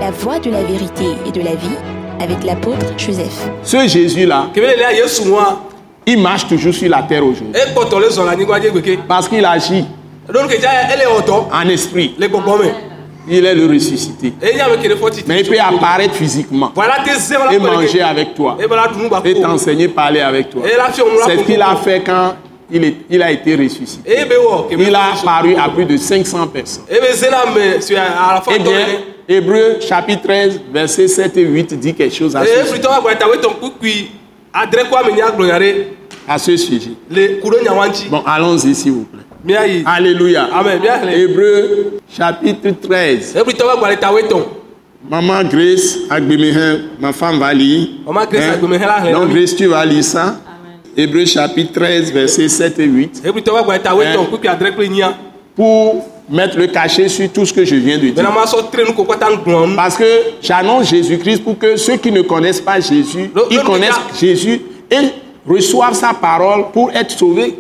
La voie de la vérité et de la vie avec l'apôtre Joseph. Ce Jésus-là, il marche toujours sur la terre aujourd'hui. Parce qu'il agit en esprit. Il est le ressuscité. Mais il peut apparaître physiquement et manger avec toi et t'enseigner, parler avec toi. C'est ce qu'il a fait quand il a été ressuscité. Il a apparu à plus de 500 personnes. Eh bien, Hébreux chapitre 13, versets 7 et 8 dit quelque chose à ce sujet. Bon, allons-y s'il vous plaît. Alléluia. Amen. Hébreux chapitre 13. Maman Grace Agbemehin, ma femme va lire. Donc Grace, tu vas lire ça. Hébreux chapitre 13, versets 7 et 8. Pour mettre le cachet sur tout ce que je viens de dire. Parce que j'annonce Jésus-Christ pour que ceux qui ne connaissent pas Jésus, ils connaissent Jésus et reçoivent sa parole pour être sauvés.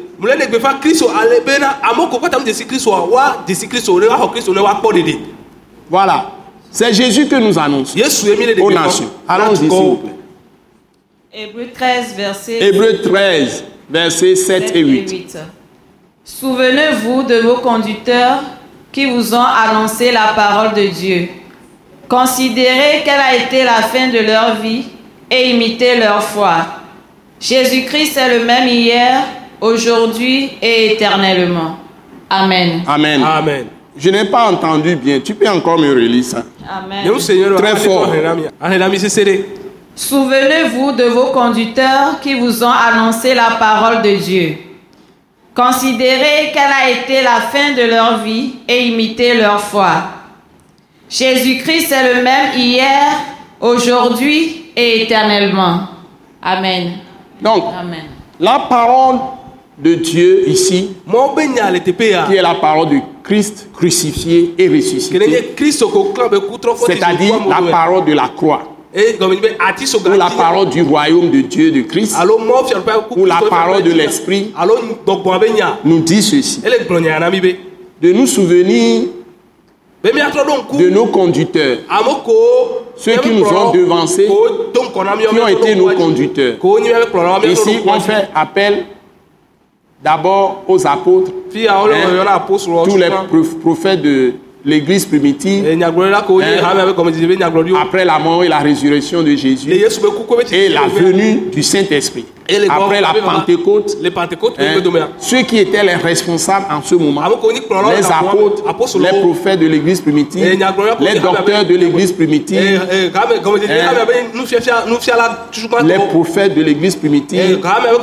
Voilà. C'est Jésus que nous annonçons aux nations. Allons-y s'il vous plaît. Hébreux 13, versets 7 et 8. Souvenez-vous de vos conducteurs qui vous ont annoncé la parole de Dieu. Considérez quelle a été la fin de leur vie et imitez leur foi. Jésus-Christ est le même hier, aujourd'hui et éternellement. Amen. Amen. Amen. Je n'ai pas entendu bien. Tu peux encore me relire ça? Amen. Très fort. Souvenez-vous de vos conducteurs qui vous ont annoncé la parole de Dieu. Considérez quelle a été la fin de leur vie et imitez leur foi. Jésus-Christ est le même hier, aujourd'hui et éternellement. Amen. Donc, amen. La parole de Dieu ici, qui est la parole de Christ crucifié et ressuscité, c'est-à-dire la parole de la croix, ou la parole du royaume de Dieu de Christ, ou la parole de l'Esprit, nous dit ceci: de nous souvenir de nos conducteurs, ceux qui nous ont devancés, qui ont été nos conducteurs. Ici, on fait appel d'abord aux apôtres, tous les prophètes de l'Église primitive, après la mort et la résurrection de Jésus, et la venue du Saint-Esprit. Après la Pentecôte, ceux qui étaient les responsables en ce moment, les apôtres, les prophètes de l'Église primitive, les docteurs de l'Église primitive, les prophètes de l'Église primitive,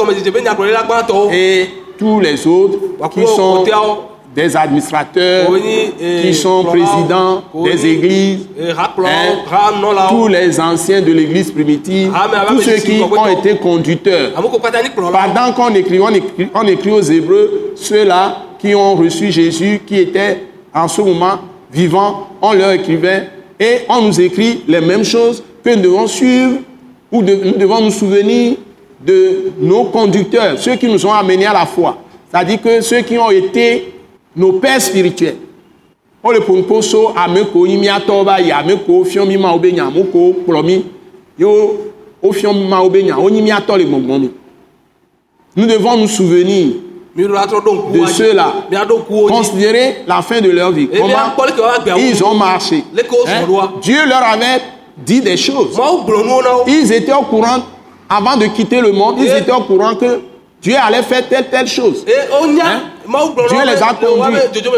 et tous les autres qui sont des administrateurs, qui sont présidents des églises, tous les anciens de l'église primitive, tous ceux qui ont été conducteurs. Pendant qu'on écrit aux Hébreux, ceux-là qui ont reçu Jésus, qui étaient en ce moment vivants, on leur écrivait et on nous écrit les mêmes choses que nous devons suivre ou nous devons nous souvenir de nos conducteurs, ceux qui nous ont amenés à la foi. C'est-à-dire que ceux qui ont été nos pères spirituels. On le ponposo ameko imiatoba ya ameko fiomi ma obenya moko promi yo ofiomi ma obenya onimiato le gbongbon. Nous devons nous souvenir de ceux-là, considérer la fin de leur vie, comment ils ont marché. Dieu leur avait dit des choses. Ils étaient au courant, avant de quitter le monde, ils étaient au courant que Dieu allait faire telle chose. Dieu les a conduits.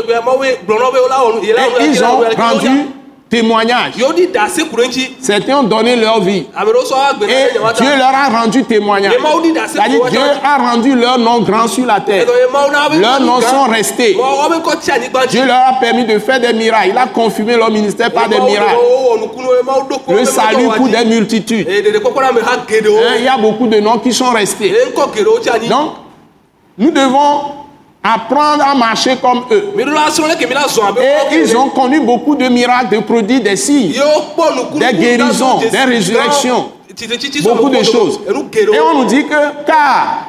Et ils ont rendu témoignage. Certains ont donné leur vie. Et Dieu leur a rendu témoignage. C'est-à-dire Dieu a rendu leur nom grand sur la terre. Leurs noms sont restés. Dieu leur a permis de faire des miracles. Il a confirmé leur ministère par des miracles. Le salut pour des multitudes. Il y a beaucoup de noms qui sont restés. Donc, nous devons apprendre à marcher comme eux. Et ils ont connu beaucoup de miracles, de prodiges, des signes, des guérisons, des résurrections, beaucoup de choses. Et on nous dit que, car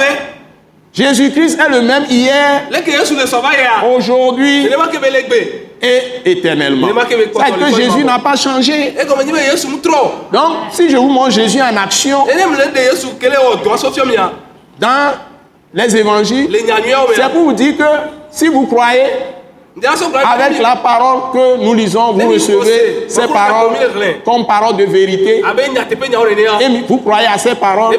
Jésus-Christ est le même hier, aujourd'hui et éternellement. C'est que Jésus n'a pas changé. Donc, si je vous montre Jésus en action, dans les évangiles, c'est pour vous dire que si vous croyez avec la parole que nous lisons, vous recevez ces paroles comme paroles de vérité, et vous croyez à ces paroles,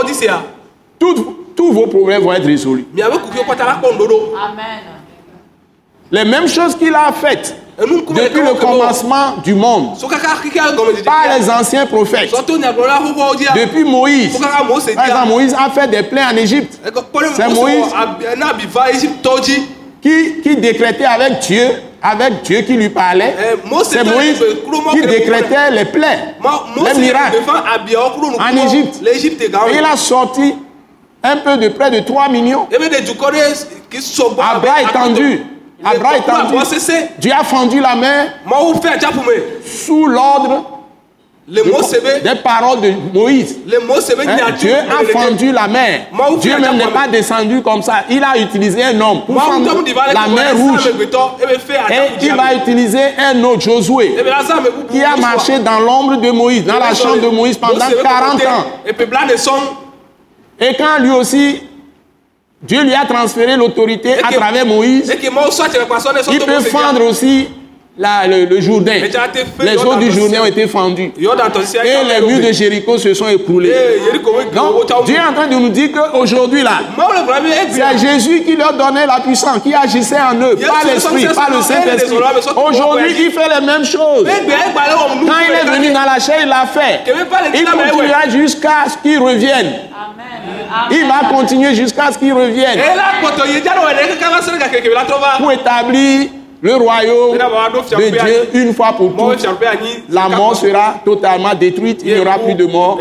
tous vos problèmes vont être résolus. Amen. Les mêmes choses qu'il a faites depuis le commencement du monde par les anciens prophètes. Depuis Moïse. Par exemple, Moïse a fait des plaies en Égypte. C'est Moïse qui décrétait avec Dieu qui lui parlait. C'est Moïse qui décrétait les plaies, les miracles en Égypte. Et il a sorti un peu de près de 3 millions. À bras étendus. Dieu a fendu la mer sous l'ordre des paroles de Moïse. Dieu a fendu la mer. Dieu même n'est pas descendu comme ça. Il a utilisé un homme pour fendre la mer rouge. Et il va utiliser un autre, Josué, qui a marché dans l'ombre de Moïse, dans la chambre de Moïse pendant 40 ans. Et quand lui aussi, Dieu lui a transféré l'autorité à travers Moïse, il peut fendre aussi le Jourdain. Les eaux du Jourdain ont été fendues. Et les murs de Jéricho se sont écroulés. Donc, Dieu est en train de nous dire qu'aujourd'hui, là, c'est Jésus qui leur donnait la puissance, qui agissait en eux, pas l'Esprit, pas le Saint-Esprit. Aujourd'hui, il fait les mêmes choses. Quand il est venu dans la chair, il l'a fait. Il continuera jusqu'à ce qu'il revienne. Il va continuer jusqu'à ce qu'il revienne pour établir le royaume de Dieu une fois pour toutes. La mort sera totalement détruite, il n'y aura plus de mort.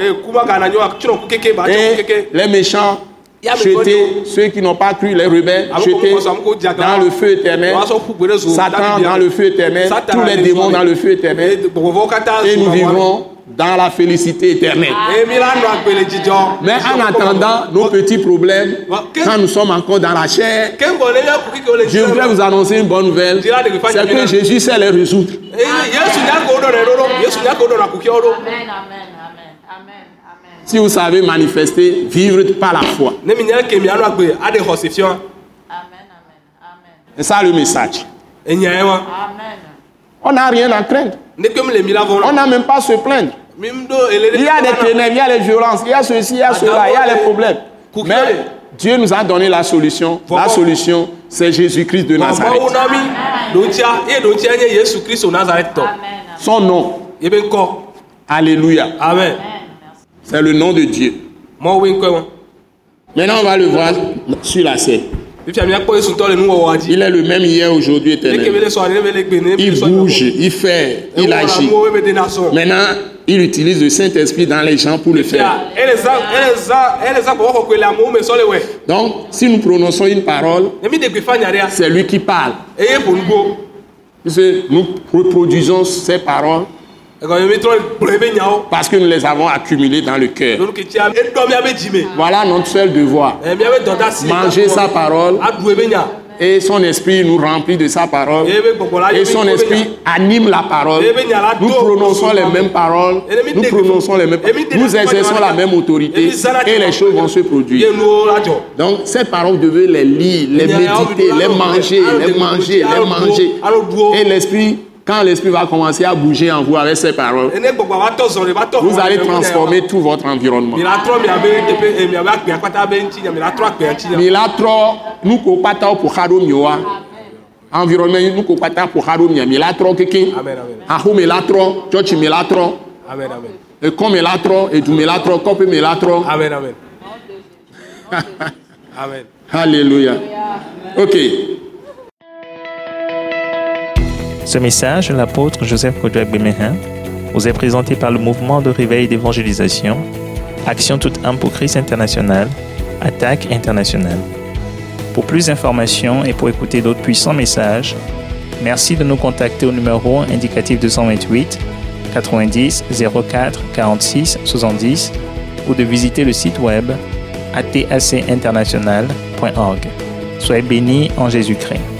Et les méchants jetés, ceux qui n'ont pas cru, les rebelles, jetés dans le feu éternel. Satan dans le feu éternel, tous les démons dans le feu éternel. Et nous vivrons dans la félicité éternelle. Mais en attendant nos petits problèmes, quand nous sommes encore dans la chair, je voudrais vous annoncer une bonne nouvelle. C'est que Jésus sait les résoudre. Si vous savez manifester, vivre par la foi. C'est ça le message. On n'a rien à craindre. On n'a même pas à se plaindre. Il y a des ténèbres, il y a les violences, il y a ceci, il y a cela, il y a les problèmes. Mais Dieu nous a donné la solution. La solution, c'est Jésus-Christ de Nazareth. Son nom. Alléluia. Amen. C'est le nom de Dieu. Maintenant, on va le voir sur la scène. Il est le même hier, aujourd'hui, éternel. Il bouge, il fait, il agit. Maintenant, il utilise le Saint-Esprit dans les gens pour le faire. Donc, si nous prononçons une parole, c'est lui qui parle. Nous reproduisons ces paroles parce que nous les avons accumulées dans le cœur. Voilà notre seul devoir. Manger sa parole. Et son esprit nous remplit de sa parole. Et son esprit anime la parole. Nous prononçons les mêmes paroles. Nous prononçons les mêmes. Nous exerçons la même autorité. Et les choses vont se produire. Donc ces paroles, vous devez les lire, les méditer, les manger, les manger, les manger. Et l'esprit, quand l'esprit va commencer à bouger en vous avec ces paroles, vous allez transformer tout votre environnement. Environnement nous kopata pour haro mi milatro keke. Aho milatro, church milatro. Amen amen. Et comme milatro et du milatro, copé milatro. Amen amen. Amen. Alléluia. OK. Ce message de l'apôtre Joseph Kodouak Bemehin vous est présenté par le mouvement de réveil d'évangélisation, Action toute âme pour Christ international, Attaque internationale. Pour plus d'informations et pour écouter d'autres puissants messages, merci de nous contacter au numéro indicatif 228 90 04 46 70 ou de visiter le site web atacinternational.org. Soyez bénis en Jésus-Christ.